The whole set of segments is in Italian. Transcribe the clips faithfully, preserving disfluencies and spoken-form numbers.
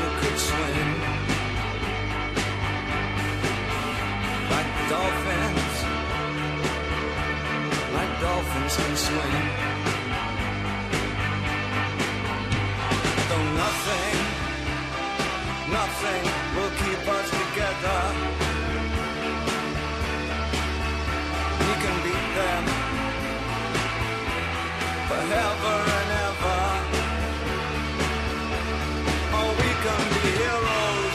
could swim like dolphins, like dolphins can swim. Though nothing, nothing will keep us together. We can beat them forever and ever. Oh, we can be heroes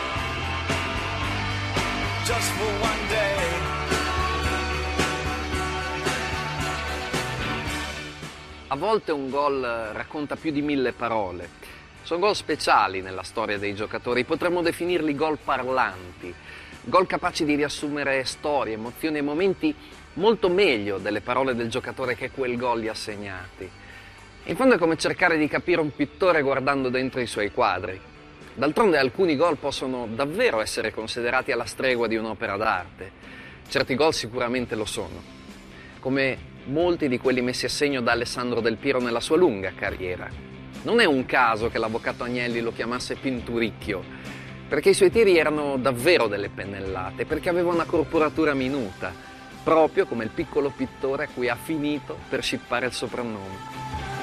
just for one day. A volte un gol racconta più di mille parole. Sono gol speciali nella storia dei giocatori, potremmo definirli gol parlanti, gol capaci di riassumere storie, emozioni e momenti molto meglio delle parole del giocatore che quel gol gli ha segnati. In fondo è come cercare di capire un pittore guardando dentro i suoi quadri. D'altronde alcuni gol possono davvero essere considerati alla stregua di un'opera d'arte. Certi gol sicuramente lo sono, come molti di quelli messi a segno da Alessandro Del Piero nella sua lunga carriera. Non è un caso che l'avvocato Agnelli lo chiamasse Pinturicchio, perché i suoi tiri erano davvero delle pennellate, perché aveva una corporatura minuta, proprio come il piccolo pittore a cui ha finito per scippare il soprannome.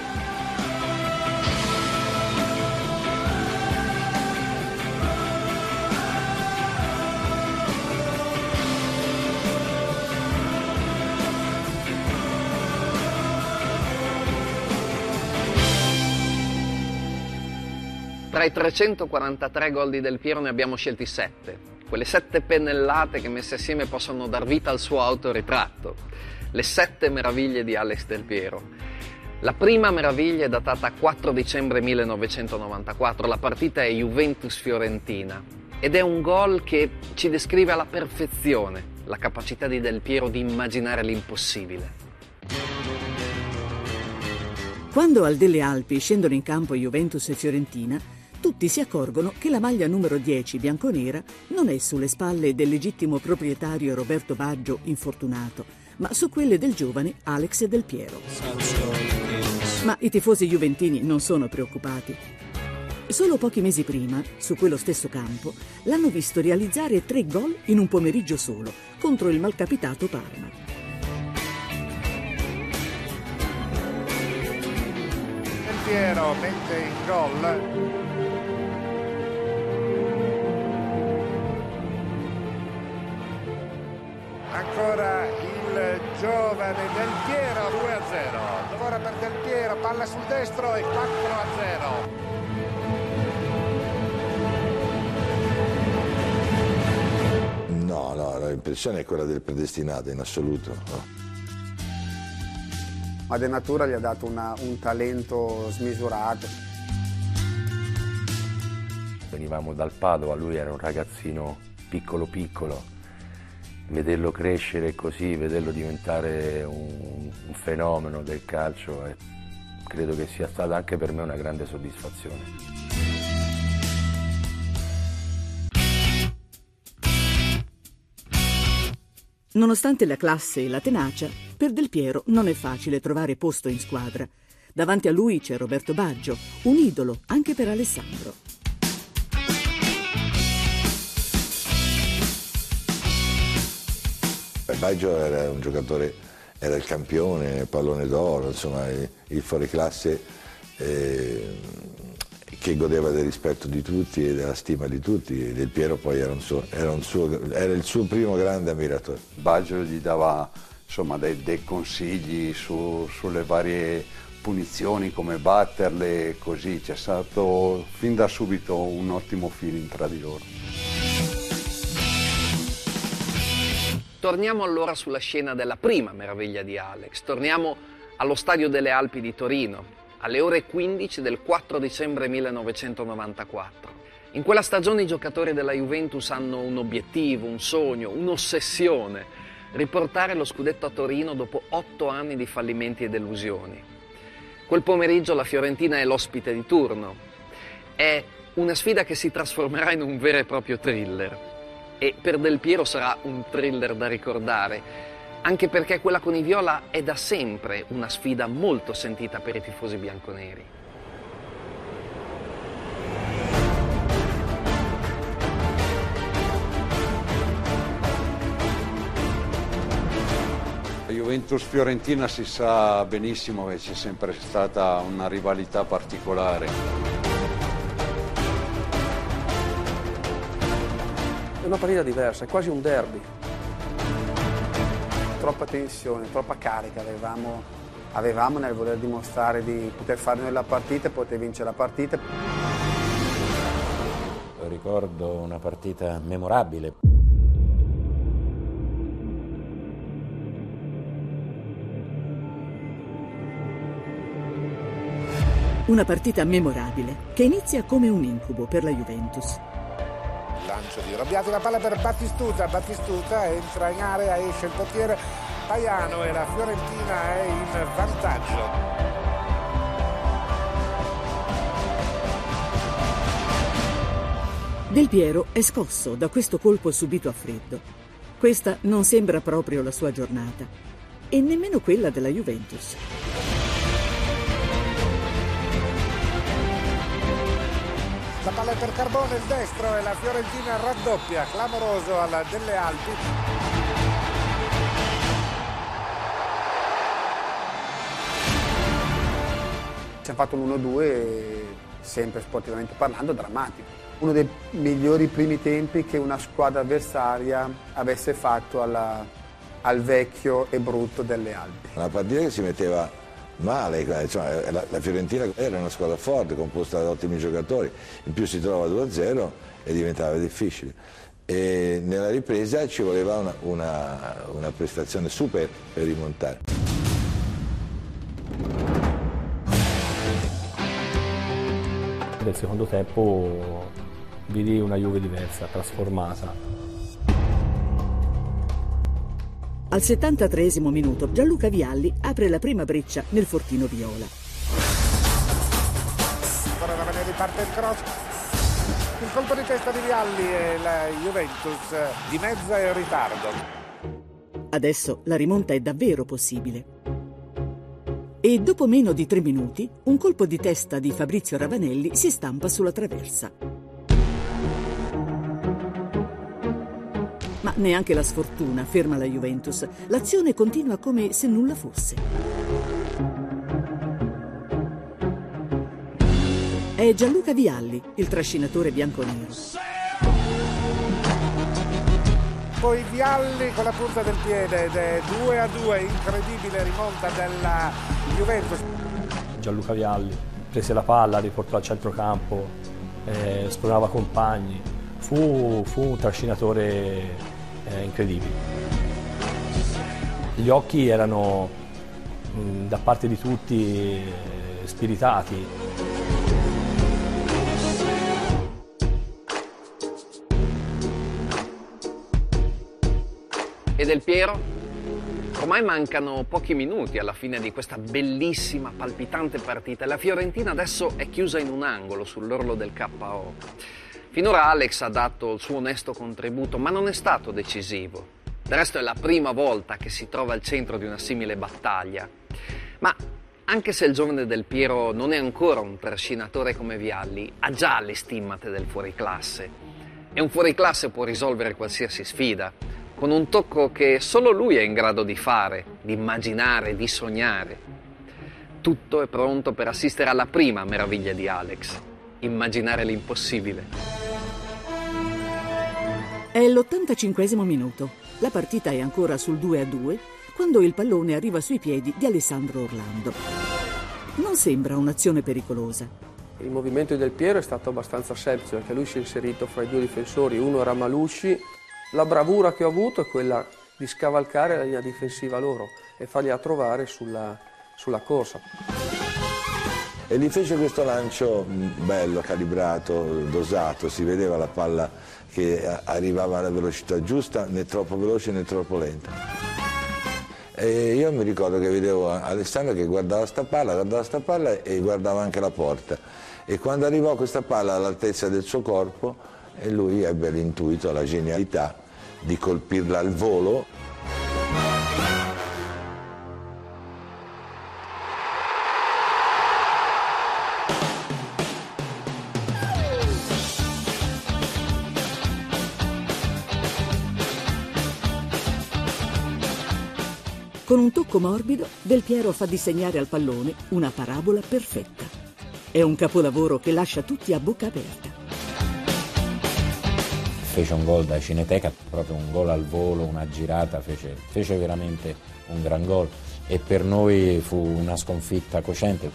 Tra i trecentoquarantatré gol di Del Piero ne abbiamo scelti sette, quelle sette pennellate che messe assieme possono dar vita al suo autoritratto, le sette meraviglie di Alex Del Piero. La prima meraviglia è datata quattro dicembre millenovecentonovantaquattro, la partita è Juventus-Fiorentina ed è un gol che ci descrive alla perfezione la capacità di Del Piero di immaginare l'impossibile. Quando al Delle Alpi scendono in campo Juventus e Fiorentina, tutti si accorgono che la maglia numero dieci bianconera non è sulle spalle del legittimo proprietario Roberto Baggio, infortunato, ma su quelle del giovane Alex Del Piero. Ma i tifosi juventini non sono preoccupati. Solo pochi mesi prima, su quello stesso campo, l'hanno visto realizzare tre gol in un pomeriggio solo contro il malcapitato Parma. Del Piero mette in gol. Ancora il giovane Del Piero, due a zero. Ancora per Del Piero, palla sul destro e quattro a zero. No, no, l'impressione è quella del predestinato in assoluto. No. Madre Natura gli ha dato una, un talento smisurato. Venivamo dal Padova, lui era un ragazzino piccolo piccolo. Vederlo crescere così, vederlo diventare un, un fenomeno del calcio, eh, credo che sia stata anche per me una grande soddisfazione. Nonostante la classe e la tenacia, per Del Piero non è facile trovare posto in squadra. Davanti a lui c'è Roberto Baggio, un idolo anche per Alessandro. Baggio era un giocatore, era il campione, pallone d'oro, insomma il fuoriclasse eh, che godeva del rispetto di tutti e della stima di tutti. Del Piero poi era, un suo, era, un suo, era il suo primo grande ammiratore. Baggio gli dava insomma, dei, dei consigli su, sulle varie punizioni, come batterle, così c'è stato fin da subito un ottimo feeling tra di loro. Torniamo allora sulla scena della prima meraviglia di Alex, torniamo allo Stadio delle Alpi di Torino, alle ore quindici del quattro dicembre millenovecentonovantaquattro. In quella stagione i giocatori della Juventus hanno un obiettivo, un sogno, un'ossessione, riportare lo scudetto a Torino dopo otto anni di fallimenti e delusioni. Quel pomeriggio la Fiorentina è l'ospite di turno, è una sfida che si trasformerà in un vero e proprio thriller. E per Del Piero sarà un thriller da ricordare, anche perché quella con i viola è da sempre una sfida molto sentita per i tifosi bianconeri. Juventus-Fiorentina si sa benissimo che c'è sempre stata una rivalità particolare. È una partita diversa, è quasi un derby. Troppa tensione, troppa carica avevamo, avevamo nel voler dimostrare di poter fare noi la partita e poter vincere la partita. Ricordo una partita memorabile. Una partita memorabile che inizia come un incubo per la Juventus. Lancio di Robbiati, la palla per Battistuta, Battistuta entra in area, esce il portiere Paiano e la Fiorentina è in vantaggio. Del Piero è scosso da questo colpo subito a freddo. Questa non sembra proprio la sua giornata e nemmeno quella della Juventus. La palla è per Carbone, il destro e la Fiorentina raddoppia, clamoroso alla Delle Alpi. Ci ha fatto l'uno due, sempre sportivamente parlando, drammatico. Uno dei migliori primi tempi che una squadra avversaria avesse fatto alla, al vecchio e brutto Delle Alpi. Una partita che si metteva male, cioè, la, la Fiorentina era una squadra forte, composta da ottimi giocatori, in più si trova due a zero e diventava difficile. E nella ripresa ci voleva una, una, una prestazione super per rimontare. Nel secondo tempo vidi una Juve diversa, trasformata. Al settantatreesimo minuto Gianluca Vialli apre la prima breccia nel fortino viola. Ora Ravanelli parte il cross. Il colpo di testa di Vialli e la Juventus dimezza il ritardo. Adesso la rimonta è davvero possibile. E dopo meno di tre minuti un colpo di testa di Fabrizio Ravanelli si stampa sulla traversa. Ma neanche la sfortuna ferma la Juventus. L'azione continua come se nulla fosse. È Gianluca Vialli, il trascinatore bianconero. Poi Vialli con la punta del piede ed è due a due, incredibile rimonta della Juventus. Gianluca Vialli prese la palla, riportò al centrocampo, eh, spronava compagni. Fu, fu un trascinatore eh, incredibile. Gli occhi erano mh, da parte di tutti eh, spiritati. E Del Piero? Ormai mancano pochi minuti alla fine di questa bellissima, palpitante partita. La Fiorentina adesso è chiusa in un angolo sull'orlo del K O. Finora Alex ha dato il suo onesto contributo, ma non è stato decisivo. Del resto è la prima volta che si trova al centro di una simile battaglia. Ma anche se il giovane Del Piero non è ancora un trascinatore come Vialli, ha già le stimmate del fuoriclasse. E un fuoriclasse può risolvere qualsiasi sfida, con un tocco che solo lui è in grado di fare, di immaginare, di sognare. Tutto è pronto per assistere alla prima meraviglia di Alex, immaginare l'impossibile. È l'ottantacinquesimo minuto. La partita è ancora sul due a due quando il pallone arriva sui piedi di Alessandro Orlando. Non sembra un'azione pericolosa. Il movimento di Del Piero è stato abbastanza semplice perché lui si è inserito fra i due difensori, uno era Malusci. La bravura che ho avuto è quella di scavalcare la linea difensiva loro e farli a trovare sulla, sulla corsa. E gli fece questo lancio bello, calibrato, dosato, si vedeva la palla che arrivava alla velocità giusta, né troppo veloce né troppo lenta. E io mi ricordo che vedevo Alessandro che guardava sta palla, guardava sta palla e guardava anche la porta. E quando arrivò questa palla all'altezza del suo corpo, e lui ebbe l'intuito, la genialità di colpirla al volo. Con un tocco morbido, Del Piero fa disegnare al pallone una parabola perfetta. È un capolavoro che lascia tutti a bocca aperta. Fece un gol da Cineteca, proprio un gol al volo, una girata, fece, fece veramente un gran gol e per noi fu una sconfitta cocente.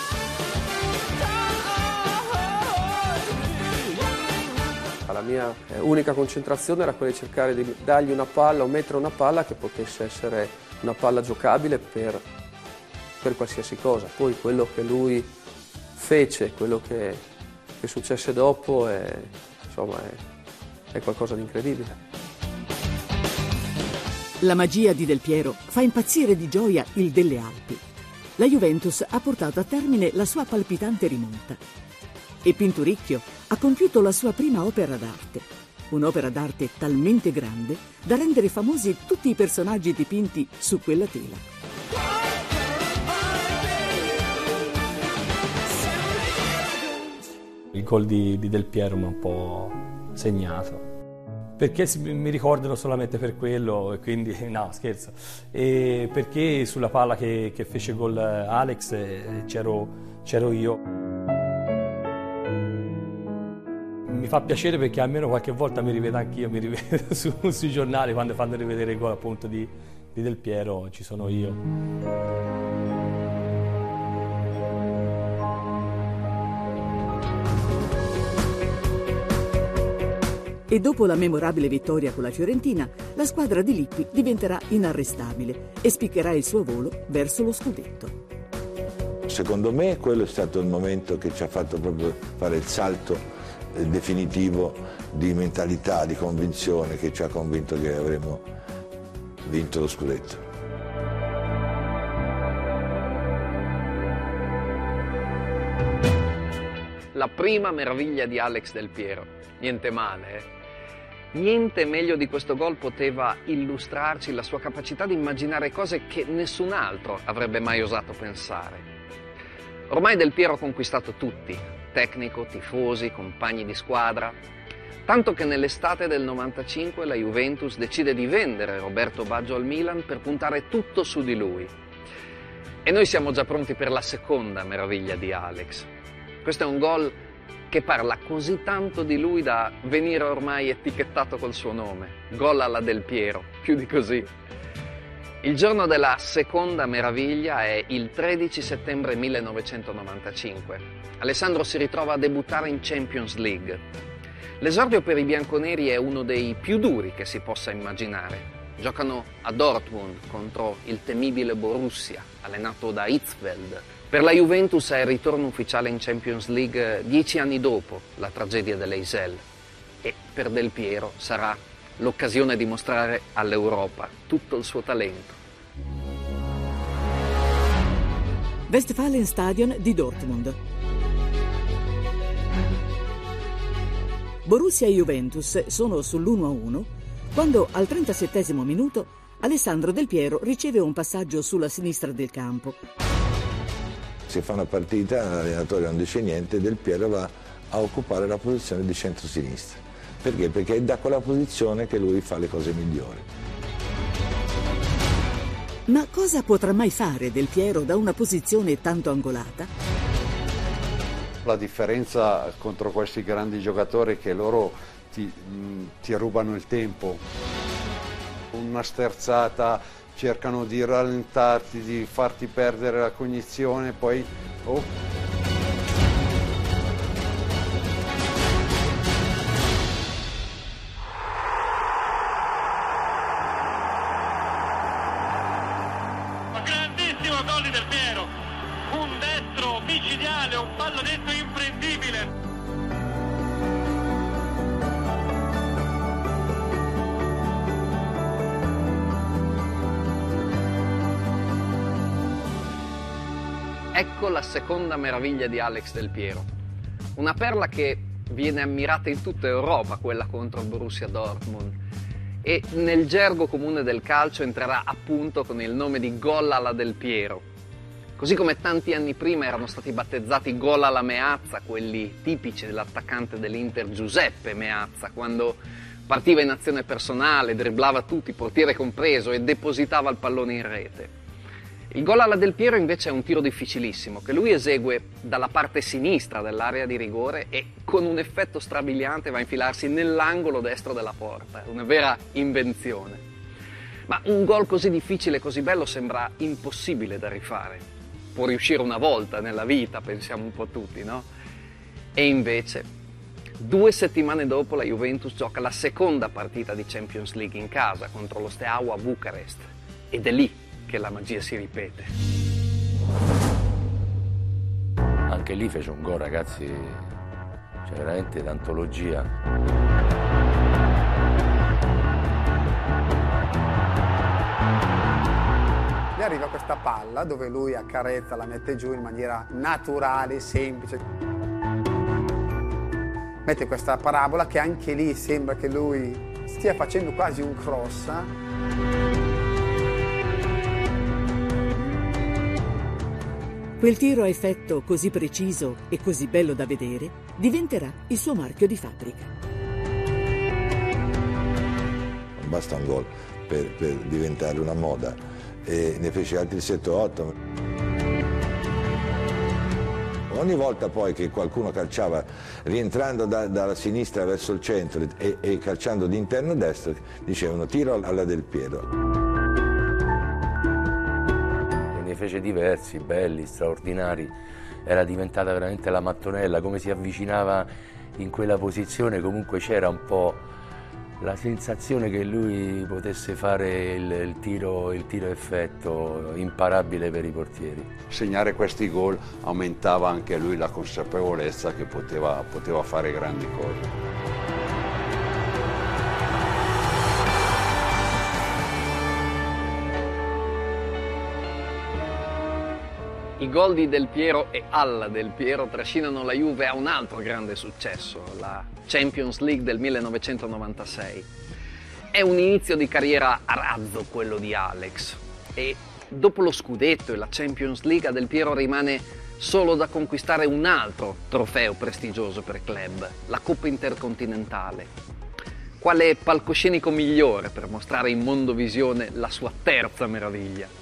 La mia unica concentrazione era quella di cercare di dargli una palla o mettere una palla che potesse essere una palla giocabile per, per qualsiasi cosa. Poi quello che lui fece, quello che, che successe dopo è, insomma, è, è qualcosa di incredibile. La magia di Del Piero fa impazzire di gioia il Delle Alpi. La Juventus ha portato a termine la sua palpitante rimonta. E Pinturicchio ha compiuto la sua prima opera d'arte. Un'opera d'arte talmente grande da rendere famosi tutti i personaggi dipinti su quella tela. Il gol di, di Del Piero mi ha un po' segnato. Perché mi ricordano solamente per quello, e quindi no, scherzo. E perché sulla palla che, che fece gol Alex eh, c'ero, c'ero io. Mi fa piacere perché almeno qualche volta mi rivedo anch'io, mi rivedo su, sui giornali quando fanno rivedere il gol appunto di, di Del Piero, ci sono io. E dopo la memorabile vittoria con la Fiorentina, la squadra di Lippi diventerà inarrestabile e spiccherà il suo volo verso lo scudetto. Secondo me quello è stato il momento che ci ha fatto proprio fare il salto definitivo di mentalità, di convinzione, che ci ha convinto che avremmo vinto lo scudetto. La prima meraviglia di Alex Del Piero, niente male, eh? Niente meglio di questo gol poteva illustrarci la sua capacità di immaginare cose che nessun altro avrebbe mai osato pensare. Ormai Del Piero ha conquistato tutti, tecnico, tifosi, compagni di squadra, tanto che nell'estate del novantacinque la Juventus decide di vendere Roberto Baggio al Milan per puntare tutto su di lui. E noi siamo già pronti per la seconda meraviglia di Alex. Questo è un gol che parla così tanto di lui da venire ormai etichettato col suo nome. Gol alla Del Piero, più di così. Il giorno della seconda meraviglia è il tredici settembre millenovecentonovantacinque. Alessandro si ritrova a debuttare in Champions League. L'esordio per i bianconeri è uno dei più duri che si possa immaginare. Giocano a Dortmund contro il temibile Borussia, allenato da Hitzfeld. Per la Juventus è il ritorno ufficiale in Champions League dieci anni dopo la tragedia dell'Eisel. E per Del Piero sarà l'occasione di mostrare all'Europa tutto il suo talento. Westfalenstadion di Dortmund. Borussia e Juventus sono sull'uno a uno quando al trentasettesimo minuto Alessandro Del Piero riceve un passaggio sulla sinistra del campo. Si fa una partita, l'allenatore non dice niente, Del Piero va a occupare la posizione di centrosinistra. Perché? Perché è da quella posizione che lui fa le cose migliori. Ma cosa potrà mai fare Del Piero da una posizione tanto angolata? La differenza contro questi grandi giocatori è che loro ti, ti rubano il tempo. Una sterzata, cercano di rallentarti, di farti perdere la cognizione, poi... Oh. Ecco la seconda meraviglia di Alex Del Piero. Una perla che viene ammirata in tutta Europa, quella contro il Borussia Dortmund. E nel gergo comune del calcio entrerà appunto con il nome di gol alla Del Piero. Così come tanti anni prima erano stati battezzati gol alla Meazza, quelli tipici dell'attaccante dell'Inter Giuseppe Meazza, quando Partiva in azione personale, dribblava tutti, portiere compreso, e depositava il pallone in rete. Il gol alla Del Piero invece è un tiro difficilissimo che lui esegue dalla parte sinistra dell'area di rigore e con un effetto strabiliante va a infilarsi nell'angolo destro della porta. Una vera invenzione. Ma un gol così difficile e così bello sembra impossibile da rifare. Può riuscire una volta nella vita, pensiamo un po' tutti, no? E invece, due settimane dopo la Juventus gioca la seconda partita di Champions League in casa contro lo Steaua Bucarest. Ed è lì che la magia si ripete. Anche lì fece un gol, ragazzi, cioè veramente d'antologia. Gli arriva questa palla dove lui accarezza, la mette giù in maniera naturale, semplice. Mette questa parabola che anche lì sembra che lui stia facendo quasi un cross. Quel tiro a effetto così preciso e così bello da vedere diventerà il suo marchio di fabbrica. Non basta un gol per, per diventare una moda, e ne fece altri sette o otto. Ogni volta poi che qualcuno calciava rientrando da, dalla sinistra verso il centro e, e calciando di interno destro, dicevano tiro alla Del Piero. Ne fece diversi, belli, straordinari, era diventata veramente la mattonella, come si avvicinava in quella posizione comunque c'era un po' la sensazione che lui potesse fare il, il tiro, il tiro effetto imparabile per i portieri. Segnare questi gol aumentava anche lui la consapevolezza che poteva, poteva fare grandi cose. I gol di Del Piero e alla Del Piero trascinano la Juve a un altro grande successo, la Champions League del millenovecentonovantasei. È un inizio di carriera a razzo quello di Alex e dopo lo scudetto e la Champions League a Del Piero rimane solo da conquistare un altro trofeo prestigioso per club, la Coppa Intercontinentale. Quale palcoscenico migliore per mostrare in mondovisione la sua terza meraviglia?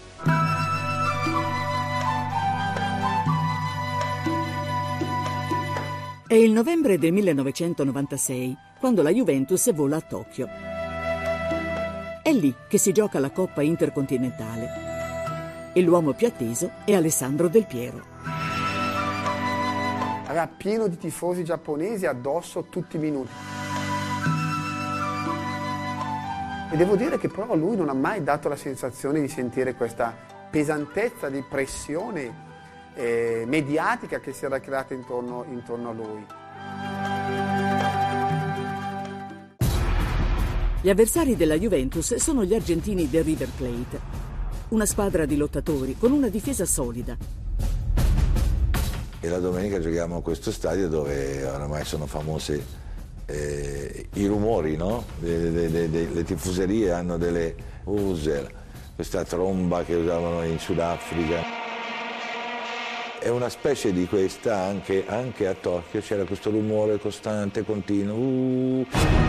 È il novembre del millenovecentonovantasei, quando la Juventus vola a Tokyo. È lì che si gioca la Coppa Intercontinentale. E l'uomo più atteso è Alessandro Del Piero. Aveva pieno di tifosi giapponesi addosso tutti i minuti. E devo dire che però lui non ha mai dato la sensazione di sentire questa pesantezza di pressione Eh, mediatica che si era creata intorno, intorno a lui. Gli avversari della Juventus sono gli argentini del River Plate, una squadra di lottatori con una difesa solida. E la domenica giochiamo a questo stadio dove oramai sono famose eh, i rumori, no? Le, le, le, le tifoserie hanno delle user, questa tromba che usavano in Sudafrica. È una specie di questa anche, anche a Tokyo, c'era questo rumore costante, continuo. Uh.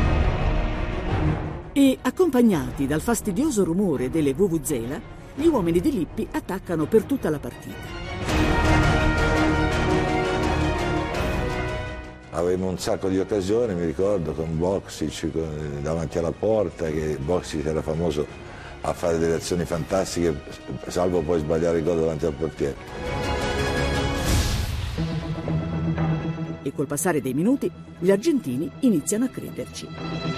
E accompagnati dal fastidioso rumore delle vuvuzela, gli uomini di Lippi attaccano per tutta la partita. Avevamo un sacco di occasioni, mi ricordo, con Boksic davanti alla porta, che Boksic era famoso a fare delle azioni fantastiche, salvo poi sbagliare il gol davanti al portiere. E col passare dei minuti gli argentini iniziano a crederci.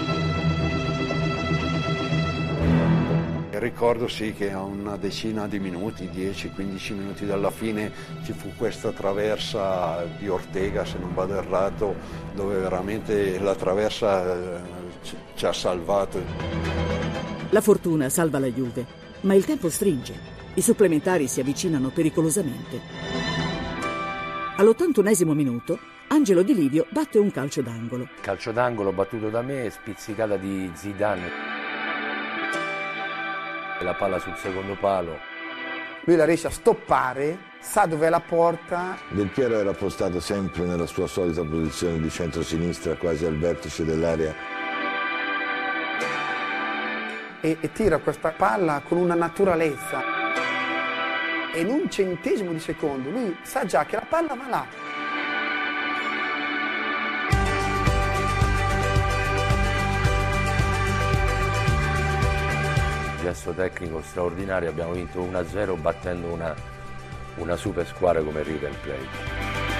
Ricordo sì che a una decina di minuti, dieci quindici minuti dalla fine, ci fu questa traversa di Ortega, se non vado errato, dove veramente la traversa ci ha salvato. La fortuna salva la Juve, ma il tempo stringe. I supplementari si avvicinano pericolosamente. All'ottantunesimo minuto Angelo Di Livio batte un calcio d'angolo. Calcio d'angolo battuto da me, spizzicata di Zidane. La palla sul secondo palo. Lui la riesce a stoppare, sa dov'è la porta. Del Piero era postato sempre nella sua solita posizione di centrosinistra, quasi al vertice dell'area. e, e tira questa palla con una naturalezza. E in un centesimo di secondo lui sa già che la palla va là. Gesto tecnico straordinario, abbiamo vinto uno a zero battendo una, una super squadra come River Plate.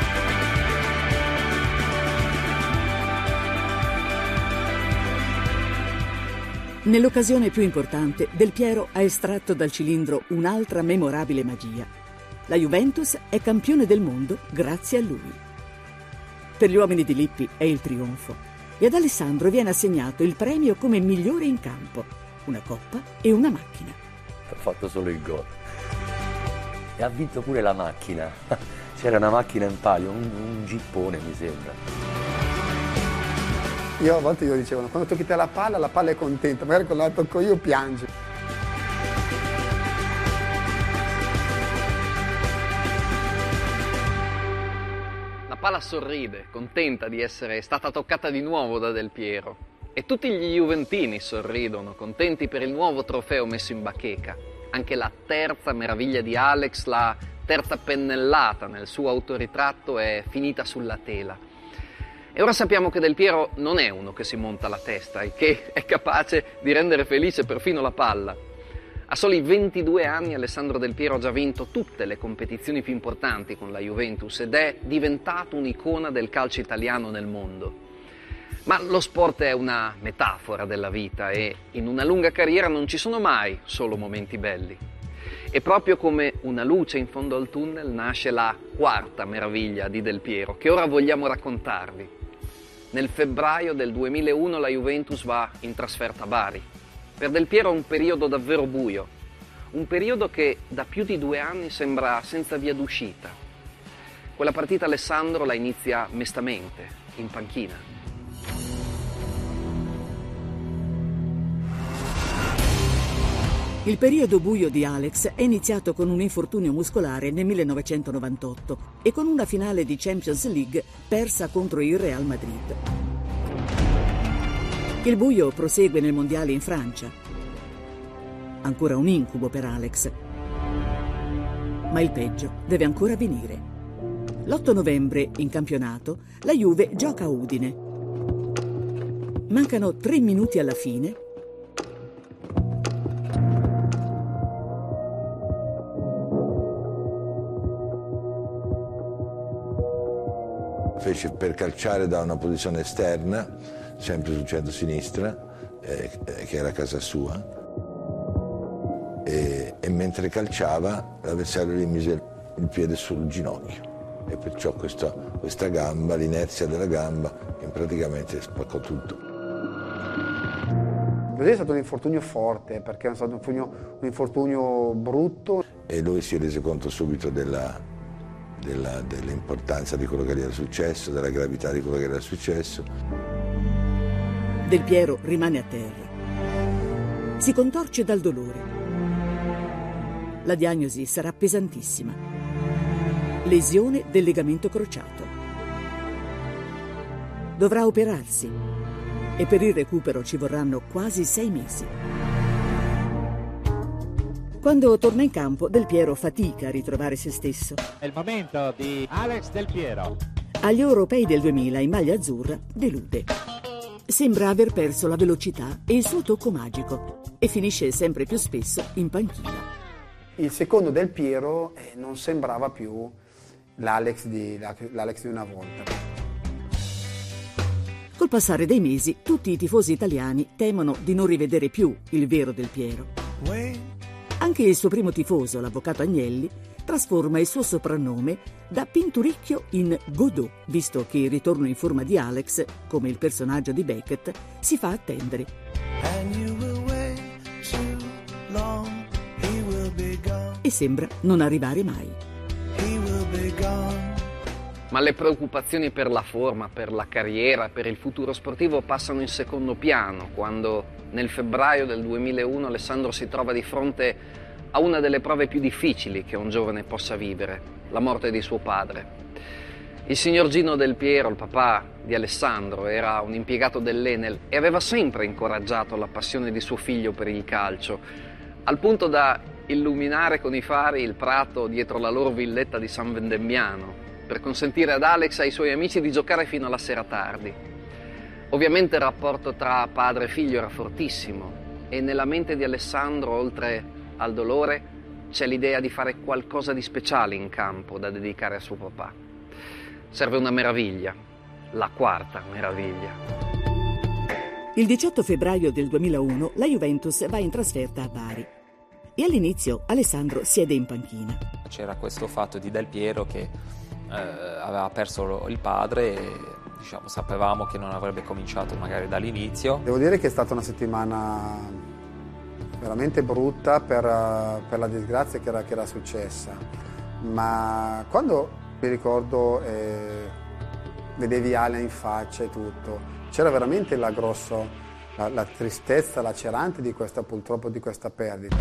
Nell'occasione più importante, Del Piero ha estratto dal cilindro un'altra memorabile magia. La Juventus è campione del mondo grazie a lui. Per gli uomini di Lippi è il trionfo e ad Alessandro viene assegnato il premio come migliore in campo, una coppa e una macchina. Ha fatto solo il gol e ha vinto pure la macchina. C'era una macchina in palio, un, un gippone mi sembra. Io a volte io dicevano, quando tocchi te la palla, la palla è contenta, magari quando la tocco io piange. La palla sorride, contenta di essere stata toccata di nuovo da Del Piero. E tutti gli juventini sorridono, contenti per il nuovo trofeo messo in bacheca. Anche la terza meraviglia di Alex, la terza pennellata nel suo autoritratto, è finita sulla tela. E ora sappiamo che Del Piero non è uno che si monta la testa e che è capace di rendere felice perfino la palla. A soli ventidue anni Alessandro Del Piero ha già vinto tutte le competizioni più importanti con la Juventus ed è diventato un'icona del calcio italiano nel mondo. Ma lo sport è una metafora della vita e in una lunga carriera non ci sono mai solo momenti belli. E proprio come una luce in fondo al tunnel nasce la quarta meraviglia di Del Piero, che ora vogliamo raccontarvi. Nel febbraio del duemilauno la Juventus va in trasferta a Bari. Per Del Piero è un periodo davvero buio, un periodo che da più di due anni sembra senza via d'uscita. Quella partita Alessandro la inizia mestamente, in panchina. Il periodo buio di Alex è iniziato con un infortunio muscolare nel millenovecentonovantotto e con una finale di Champions League persa contro il Real Madrid. Il buio prosegue nel mondiale in Francia. Ancora un incubo per Alex. Ma il peggio deve ancora venire. L'otto novembre, in campionato, la Juve gioca a Udine. Mancano tre minuti alla fine. Fece per calciare da una posizione esterna, sempre sul centro-sinistra, eh, che era casa sua, e, e mentre calciava l'avversario gli mise il piede sul ginocchio e perciò questo, questa gamba, l'inerzia della gamba, praticamente spaccò tutto. Così è stato un infortunio forte, perché è stato un infortunio, un infortunio brutto. E lui si rese conto subito della... Della, dell'importanza di quello che gli era successo, della gravità di quello che era successo. Del Piero rimane a terra. Si contorce dal dolore. La diagnosi sarà pesantissima. Lesione del legamento crociato. Dovrà operarsi e per il recupero ci vorranno quasi sei mesi. Quando torna in campo, Del Piero fatica a ritrovare se stesso. È il momento di Alex Del Piero. Agli europei del duemila in maglia azzurra delude. Sembra aver perso la velocità e il suo tocco magico e finisce sempre più spesso in panchina. Il secondo Del Piero eh, non sembrava più l'Alex di, l'Alex di una volta. Col passare dei mesi, tutti i tifosi italiani temono di non rivedere più il vero Del Piero. Anche il suo primo tifoso, l'avvocato Agnelli, trasforma il suo soprannome da Pinturicchio in Godot, visto che il ritorno in forma di Alex, come il personaggio di Beckett, si fa attendere. E sembra non arrivare mai. Ma le preoccupazioni per la forma, per la carriera, per il futuro sportivo passano in secondo piano quando nel febbraio del duemilauno Alessandro si trova di fronte a una delle prove più difficili che un giovane possa vivere, la morte di suo padre. Il signor Gino Del Piero, il papà di Alessandro, era un impiegato dell'Enel e aveva sempre incoraggiato la passione di suo figlio per il calcio, al punto da illuminare con i fari il prato dietro la loro villetta di San Vendemmiano, per consentire ad Alex e ai suoi amici di giocare fino alla sera tardi. Ovviamente il rapporto tra padre e figlio era fortissimo e nella mente di Alessandro, oltre al dolore, c'è l'idea di fare qualcosa di speciale in campo da dedicare a suo papà. Serve una meraviglia, la quarta meraviglia. Il diciotto febbraio del duemilauno la Juventus va in trasferta a Bari e all'inizio Alessandro siede in panchina. C'era questo fatto di Del Piero che eh, aveva perso il padre e diciamo, sapevamo che non avrebbe cominciato magari dall'inizio. Devo dire che è stata una settimana veramente brutta per, per la disgrazia che era, che era successa, ma quando mi ricordo eh, vedevi Ale in faccia e tutto, c'era veramente la grosso, la, la tristezza lacerante di questa, purtroppo di questa perdita.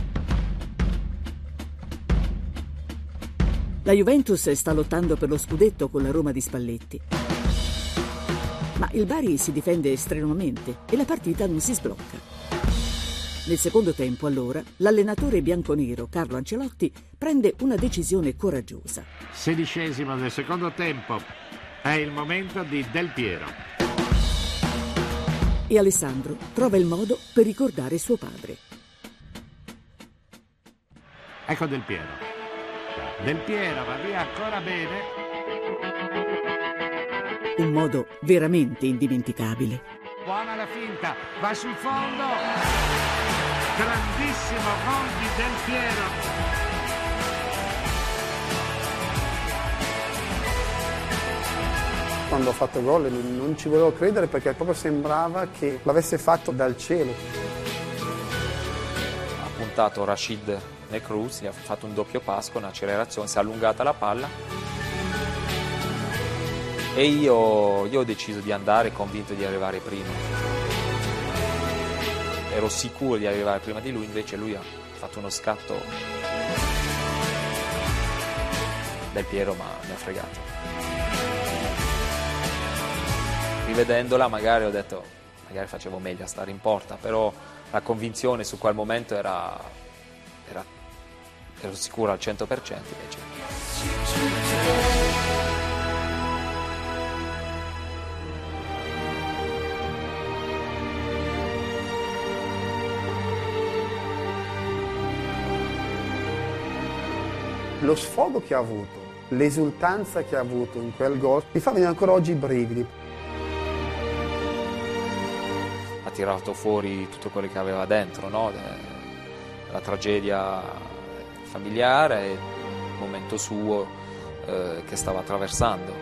La Juventus sta lottando per lo scudetto con la Roma di Spalletti, ma il Bari si difende strenuamente e la partita non si sblocca. Nel secondo tempo, allora, l'allenatore bianconero Carlo Ancelotti prende una decisione coraggiosa. Sedicesimo del secondo tempo, è il momento di Del Piero. E Alessandro trova il modo per ricordare suo padre. Ecco Del Piero. Del Piero va via ancora bene. Un modo veramente indimenticabile. Buona la finta, va sul fondo. Grandissimo gol di Del Piero. Quando ho fatto il gol non ci volevo credere perché proprio sembrava che l'avesse fatto dal cielo. Ha puntato Rashid nel Cruz, gli ha fatto un doppio passo con accelerazione, si è allungata la palla e io, io ho deciso di andare convinto di arrivare prima. Ero sicuro di arrivare prima di lui, invece lui ha fatto uno scatto Del Piero, ma mi ha fregato. Rivedendola magari ho detto, magari facevo meglio a stare in porta, però la convinzione su quel momento era, era ero sicuro al cento per cento invece. Lo sfogo che ha avuto, l'esultanza che ha avuto in quel gol mi fa venire ancora oggi i brividi. Ha tirato fuori tutto quello che aveva dentro, no? La tragedia familiare e il momento suo eh, che stava attraversando.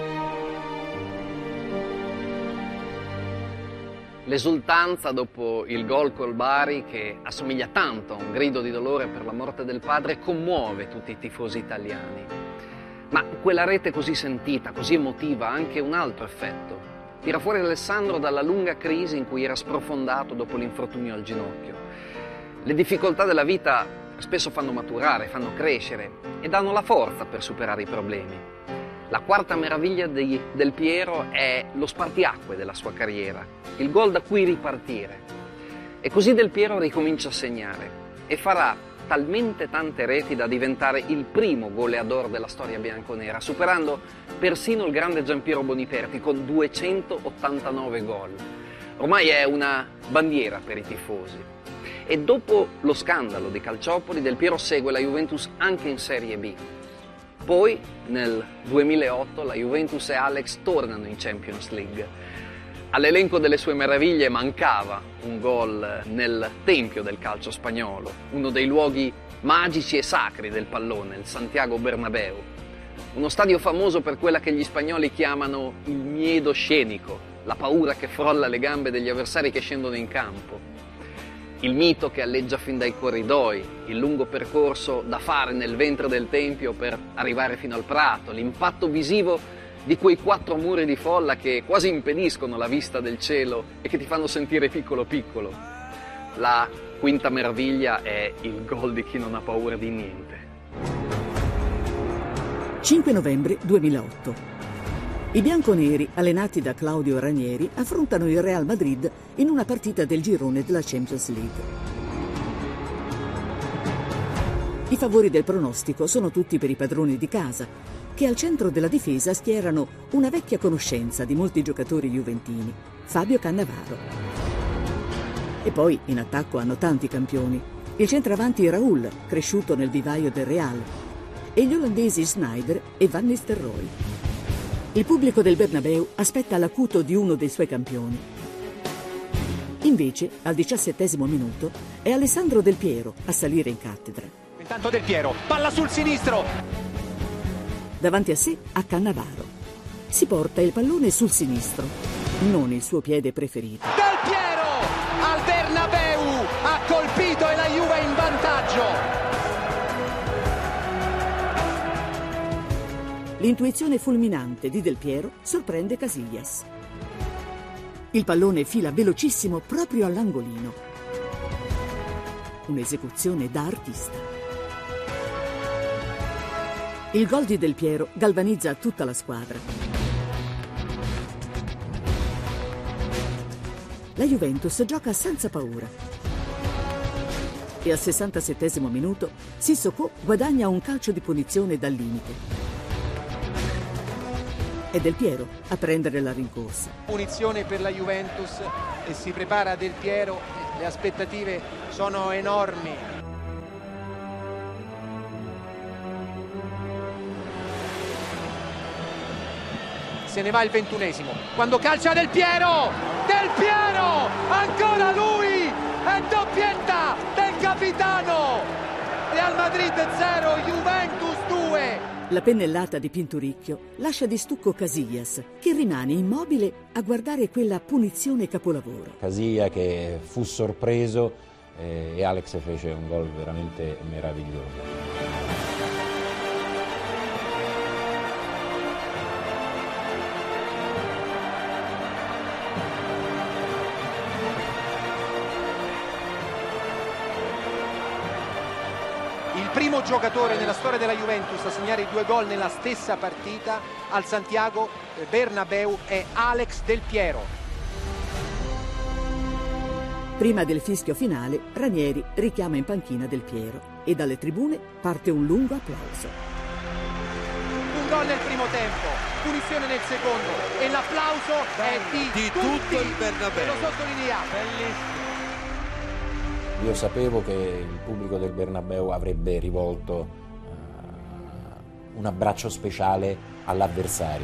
L'esultanza dopo il gol col Bari, che assomiglia tanto a un grido di dolore per la morte del padre, commuove tutti i tifosi italiani. Ma quella rete così sentita, così emotiva, ha anche un altro effetto. Tira fuori Alessandro dalla lunga crisi in cui era sprofondato dopo l'infortunio al ginocchio. Le difficoltà della vita spesso fanno maturare, fanno crescere e danno la forza per superare i problemi. La quarta meraviglia di Del Piero è lo spartiacque della sua carriera, il gol da cui ripartire. E così Del Piero ricomincia a segnare e farà talmente tante reti da diventare il primo goleador della storia bianconera, superando persino il grande Giampiero Boniperti con duecentottantanove gol. Ormai è una bandiera per i tifosi. E dopo lo scandalo di Calciopoli, Del Piero segue la Juventus anche in Serie B. Poi, nel duemilaotto, la Juventus e Alex tornano in Champions League. All'elenco delle sue meraviglie mancava un gol nel tempio del calcio spagnolo, uno dei luoghi magici e sacri del pallone, il Santiago Bernabéu. Uno stadio famoso per quella che gli spagnoli chiamano il miedo scenico, la paura che frolla le gambe degli avversari che scendono in campo. Il mito che alleggia fin dai corridoi, il lungo percorso da fare nel ventre del tempio per arrivare fino al prato, l'impatto visivo di quei quattro muri di folla che quasi impediscono la vista del cielo e che ti fanno sentire piccolo piccolo. La quinta meraviglia è il gol di chi non ha paura di niente. cinque novembre duemilaotto. I bianconeri, allenati da Claudio Ranieri, affrontano il Real Madrid in una partita del girone della Champions League. I favori del pronostico sono tutti per i padroni di casa, che al centro della difesa schierano una vecchia conoscenza di molti giocatori juventini, Fabio Cannavaro. E poi in attacco hanno tanti campioni. Il centravanti Raúl, cresciuto nel vivaio del Real, e gli olandesi Sneijder e Van Nistelrooy. Il pubblico del Bernabéu aspetta l'acuto di uno dei suoi campioni. Invece, al diciassettesimo minuto, è Alessandro Del Piero a salire in cattedra. Intanto Del Piero, palla sul sinistro. Davanti a sé ha Cannavaro. Si porta il pallone sul sinistro, non il suo piede preferito. Del Piero al Bernabéu ha colpito e la Juve in vantaggio. L'intuizione fulminante di Del Piero sorprende Casillas. Il pallone fila velocissimo proprio all'angolino. Un'esecuzione da artista. Il gol di Del Piero galvanizza tutta la squadra. La Juventus gioca senza paura. E al sessantasettesimo minuto Sissoko guadagna un calcio di punizione dal limite. È Del Piero a prendere la rincorsa. Punizione per la Juventus e si prepara Del Piero, le aspettative sono enormi. Se ne va il ventunesimo, quando calcia Del Piero, Del Piero, ancora lui, è doppietta del capitano. Real Madrid zero, Juventus due. La pennellata di Pinturicchio lascia di stucco Casillas, che rimane immobile a guardare quella punizione capolavoro. Casillas che fu sorpreso eh, e Alex fece un gol veramente meraviglioso. Il primo giocatore nella storia della Juventus a segnare i due gol nella stessa partita al Santiago Bernabéu è Alex Del Piero. Prima del fischio finale, Ranieri richiama in panchina Del Piero e dalle tribune parte un lungo applauso. Un gol nel primo tempo, punizione nel secondo e l'applauso è di, di tutti, tutto il Bernabéu. e lo sottolineiamo. Bellissimo. Io sapevo che il pubblico del Bernabéu avrebbe rivolto uh, un abbraccio speciale all'avversario,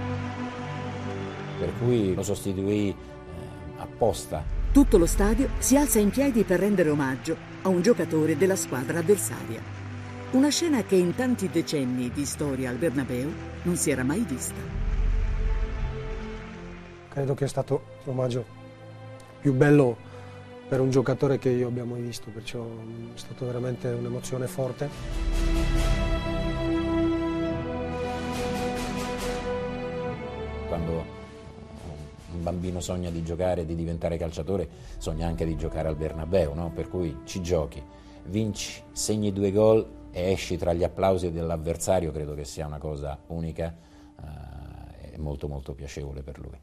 per cui lo sostituì uh, apposta. Tutto lo stadio si alza in piedi per rendere omaggio a un giocatore della squadra avversaria. Una scena che in tanti decenni di storia al Bernabéu non si era mai vista. Credo che è stato l'omaggio più bello per un giocatore che io abbia mai visto, perciò è stata veramente un'emozione forte. Quando un bambino sogna di giocare, di diventare calciatore, sogna anche di giocare al Bernabéu, no? Per cui ci giochi, vinci, segni due gol e esci tra gli applausi dell'avversario, credo che sia una cosa unica eh, e molto molto piacevole per lui.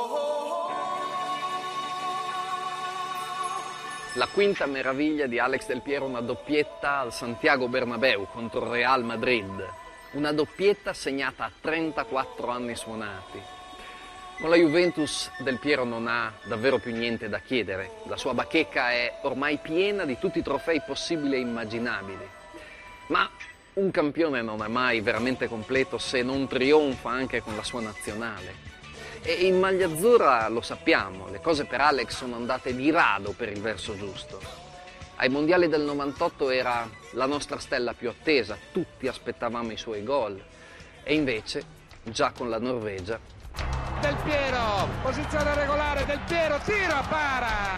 La quinta meraviglia di Alex Del Piero, una doppietta al Santiago Bernabéu contro il Real Madrid. Una doppietta segnata a trentaquattro anni suonati. Con la Juventus Del Piero non ha davvero più niente da chiedere. La sua bacheca è ormai piena di tutti i trofei possibili e immaginabili. Ma un campione non è mai veramente completo se non trionfa anche con la sua nazionale. E in maglia azzurra lo sappiamo, le cose per Alex sono andate di rado per il verso giusto. Ai mondiali del novantotto era la nostra stella più attesa, tutti aspettavamo i suoi gol. E invece, già con la Norvegia... Del Piero, posizione regolare, Del Piero, tira, para!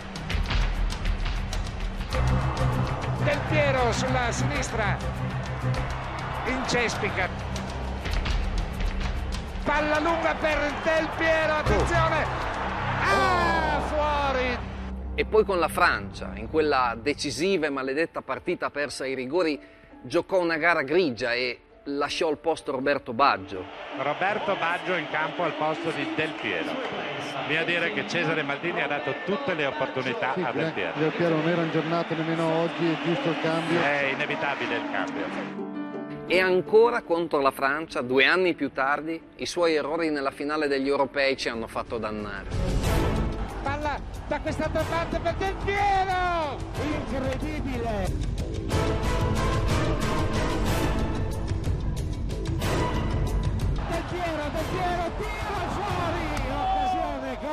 Del Piero sulla sinistra, incespica. Palla lunga per Del Piero, attenzione! Ah, fuori! E poi con la Francia, in quella decisiva e maledetta partita persa ai rigori, giocò una gara grigia e lasciò il posto Roberto Baggio. Roberto Baggio in campo al posto di Del Piero. Bisogna dire che Cesare Maldini ha dato tutte le opportunità sì, a Del Piero. Del Piero non era in giornata nemmeno oggi, è giusto il cambio. È inevitabile il cambio. E ancora contro la Francia, due anni più tardi, i suoi errori nella finale degli europei ci hanno fatto dannare. Palla da quest'altra parte per Del Piero! Incredibile! Del Piero, Del Piero, tira fuori! Occasione,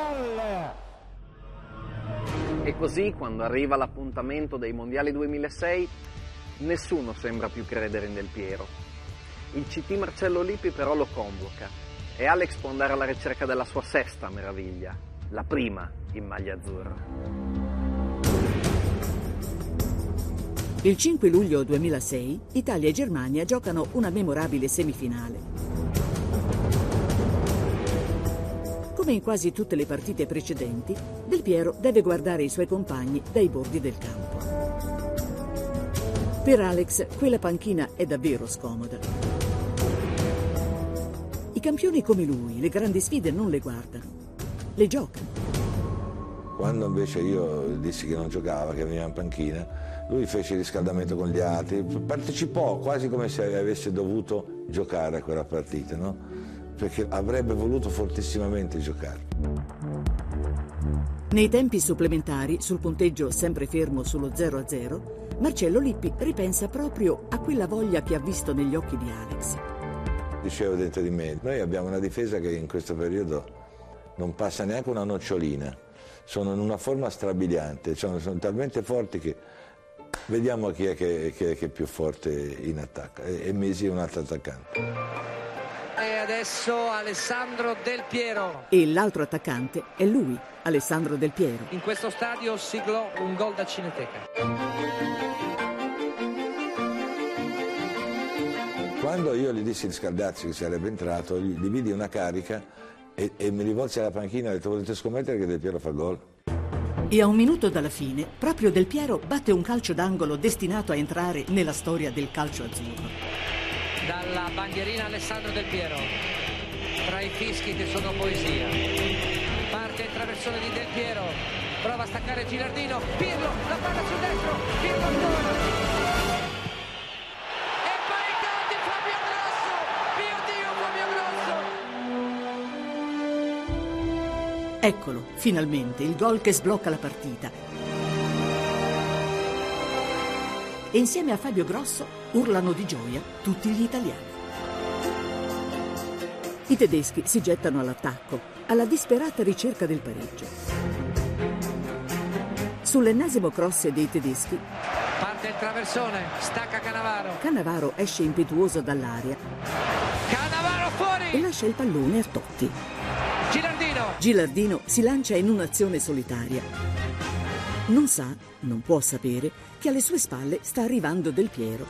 gol! E così, quando arriva l'appuntamento dei Mondiali duemilasei, nessuno sembra più credere in Del Piero. Il C T Marcello Lippi però lo convoca e Alex può andare alla ricerca della sua sesta meraviglia, la prima in maglia azzurra. Il cinque luglio duemilasei Italia e Germania giocano una memorabile semifinale. Come in quasi tutte le partite precedenti, Del Piero deve guardare i suoi compagni dai bordi del campo. Per Alex quella panchina è davvero scomoda. I campioni come lui le grandi sfide non le guardano, le giocano. Quando invece io dissi che non giocava, che veniva in panchina, lui fece il riscaldamento con gli altri, partecipò quasi come se avesse dovuto giocare a quella partita, no? Perché avrebbe voluto fortissimamente giocare. Nei tempi supplementari, sul punteggio sempre fermo sullo zero a zero, Marcello Lippi ripensa proprio a quella voglia che ha visto negli occhi di Alex. Dicevo dentro di me, noi abbiamo una difesa che in questo periodo non passa neanche una nocciolina, sono in una forma strabiliante, cioè sono talmente forti che vediamo chi è che, che, che è più forte in attacco, e, e Mesi è un altro attaccante. E adesso Alessandro Del Piero. E l'altro attaccante è lui, Alessandro Del Piero. In questo stadio siglò un gol da Cineteca. Quando io gli dissi di scaldarsi che sarebbe entrato, gli, gli vidi una carica e, e mi rivolsi alla panchina e ho detto: volete scommettere che Del Piero fa gol? E a un minuto dalla fine, proprio Del Piero batte un calcio d'angolo destinato a entrare nella storia del calcio azzurro. Dalla bandierina Alessandro Del Piero, tra i fischi che sono poesia. Parte il traversone di Del Piero, prova a staccare Gilardino, Pirlo, la palla sul destro, Pirlo ancora. E poi il gol di Fabio Grosso, mio Dio Fabio Grosso. Eccolo, finalmente, il gol che sblocca la partita. E insieme a Fabio Grosso urlano di gioia tutti gli italiani. I tedeschi si gettano all'attacco, alla disperata ricerca del pareggio. Sull'ennesimo cross dei tedeschi parte il traversone, stacca Cannavaro. Cannavaro esce impetuoso dall'area. Cannavaro fuori! E lascia il pallone a Totti. Gilardino! Gilardino si lancia in un'azione solitaria. Non sa, non può sapere, che alle sue spalle sta arrivando Del Piero.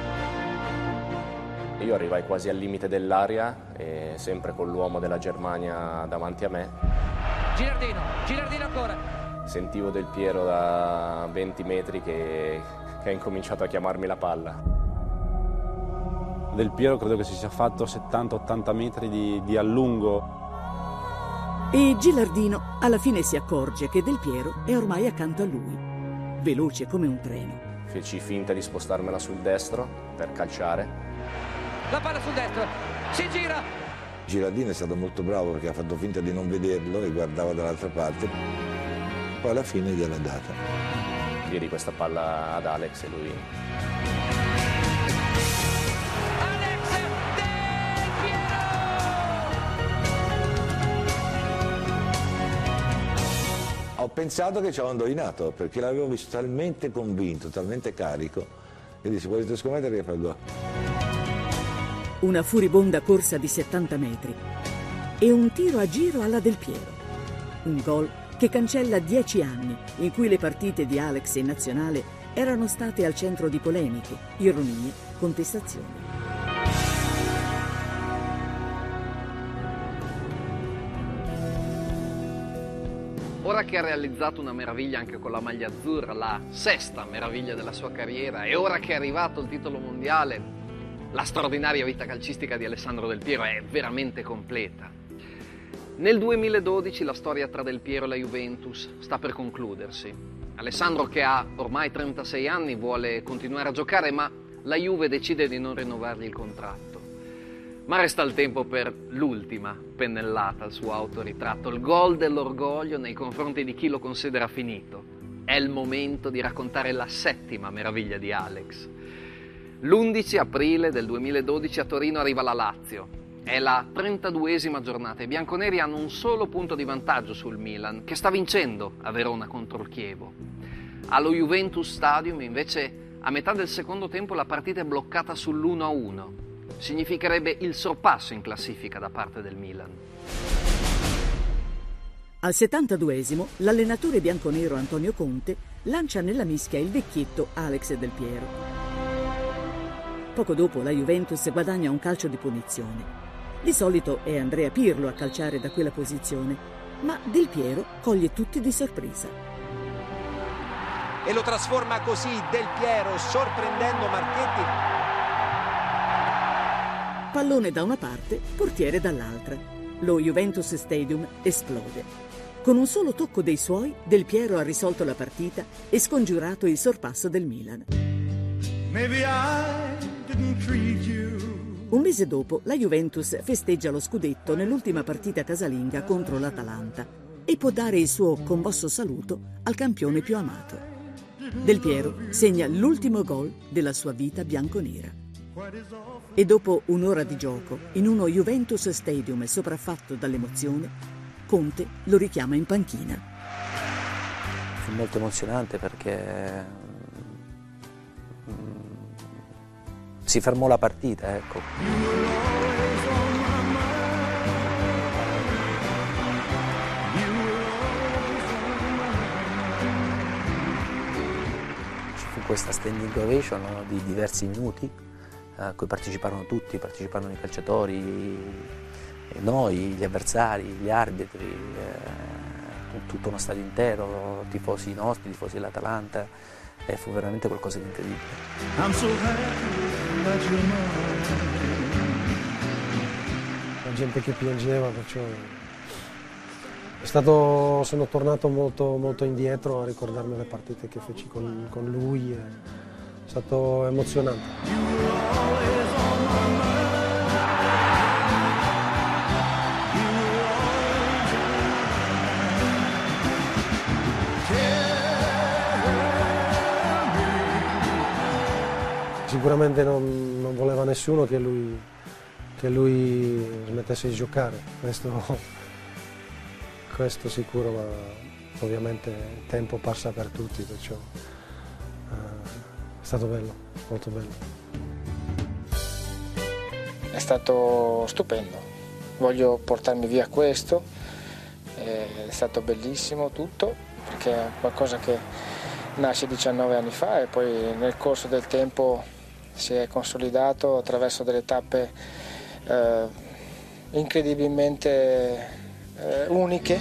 Io arrivai quasi al limite dell'area, e sempre con l'uomo della Germania davanti a me. Gilardino, Gilardino ancora. Sentivo Del Piero da venti metri che, che ha incominciato a chiamarmi la palla. Del Piero credo che si sia fatto settanta ottanta metri di, di allungo. E Gilardino alla fine si accorge che Del Piero è ormai accanto a lui, veloce come un treno. Feci finta di spostarmela sul destro per calciare. La palla sul destro, si gira. Gilardino è stato molto bravo perché ha fatto finta di non vederlo e guardava dall'altra parte. Poi alla fine gliel'ha data. Diedi questa palla ad Alex e lui... Ho pensato che ci avevo indovinato, perché l'avevo visto talmente convinto, talmente carico, e dissi: volete scommettere che fa il gol? Una furibonda corsa di settanta metri e un tiro a giro alla Del Piero. Un gol che cancella dieci anni in cui le partite di Alex in nazionale erano state al centro di polemiche, ironie, contestazioni. Ora che ha realizzato una meraviglia anche con la maglia azzurra, la sesta meraviglia della sua carriera, e ora che è arrivato il titolo mondiale, La straordinaria vita calcistica di Alessandro Del Piero è veramente completa. Nel duemiladodici la storia tra Del Piero e la Juventus sta per concludersi. Alessandro, che ha ormai trentasei anni, vuole continuare a giocare, ma la Juve decide di non rinnovargli il contratto. Ma resta il tempo per l'ultima pennellata al suo autoritratto, il gol dell'orgoglio nei confronti di chi lo considera finito. È il momento di raccontare la settima meraviglia di Alex. L'undici aprile del duemiladodici a Torino arriva la Lazio. È la trentaduesima giornata e i bianconeri hanno un solo punto di vantaggio sul Milan, che sta vincendo a Verona contro il Chievo. Allo Juventus Stadium, invece, a metà del secondo tempo la partita è bloccata sull'uno a uno. Significherebbe il sorpasso in classifica da parte del Milan. Al settantaduesimo l'allenatore bianconero Antonio Conte lancia nella mischia il vecchietto Alex Del Piero. Poco dopo la Juventus guadagna un calcio di punizione. Di solito è Andrea Pirlo a calciare da quella posizione, ma Del Piero coglie tutti di sorpresa. E lo trasforma così Del Piero, sorprendendo Marchetti. Pallone da una parte, portiere dall'altra. Lo Juventus Stadium esplode. Con un solo tocco dei suoi, Del Piero ha risolto la partita e scongiurato il sorpasso del Milan. Maybe I didn't treat you. Un mese dopo, la Juventus festeggia lo scudetto nell'ultima partita casalinga contro l'Atalanta e può dare il suo commosso saluto al campione più amato. Del Piero segna l'ultimo gol della sua vita bianconera. E dopo un'ora di gioco, in uno Juventus Stadium sopraffatto dall'emozione, Conte lo richiama in panchina. Fu molto emozionante perché si fermò la partita, ecco. Ci fu questa standing ovation di diversi minuti a cui parteciparono tutti, parteciparono i calciatori, noi, gli avversari, gli arbitri, eh, tutto uno stadio intero, tifosi nostri, tifosi dell'Atalanta, e fu veramente qualcosa di incredibile. I'm so happy that you're mine. La gente che piangeva, perciò è stato, sono tornato molto, molto indietro a ricordarmi le partite che feci con, con lui, è stato emozionante. Sicuramente non, non voleva nessuno che lui, che lui smettesse di giocare, questo, questo sicuro, ma ovviamente il tempo passa per tutti, perciò eh, è stato bello, molto bello. È stato stupendo, voglio portarmi via questo, è stato bellissimo tutto, perché è qualcosa che nasce diciannove anni fa e poi nel corso del tempo si è consolidato attraverso delle tappe eh, incredibilmente eh, uniche.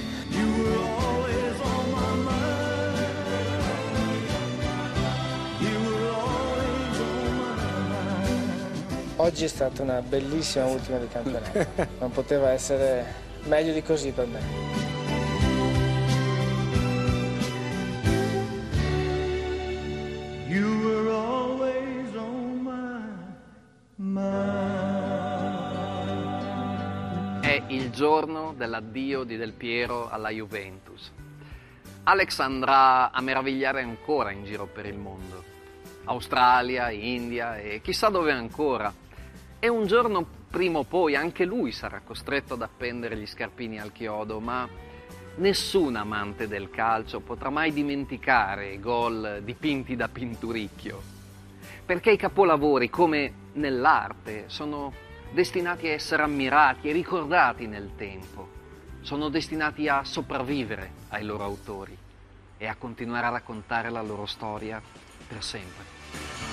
Oggi è stata una bellissima ultima di campionato, non poteva essere meglio di così per me. È il giorno dell'addio di Del Piero alla Juventus. Alex andrà a meravigliare ancora in giro per il mondo. Australia, India e chissà dove ancora. E un giorno prima o poi anche lui sarà costretto ad appendere gli scarpini al chiodo, ma nessun amante del calcio potrà mai dimenticare i gol dipinti da Pinturicchio. Perché i capolavori, come nell'arte, sono destinati a essere ammirati e ricordati nel tempo, sono destinati a sopravvivere ai loro autori e a continuare a raccontare la loro storia per sempre.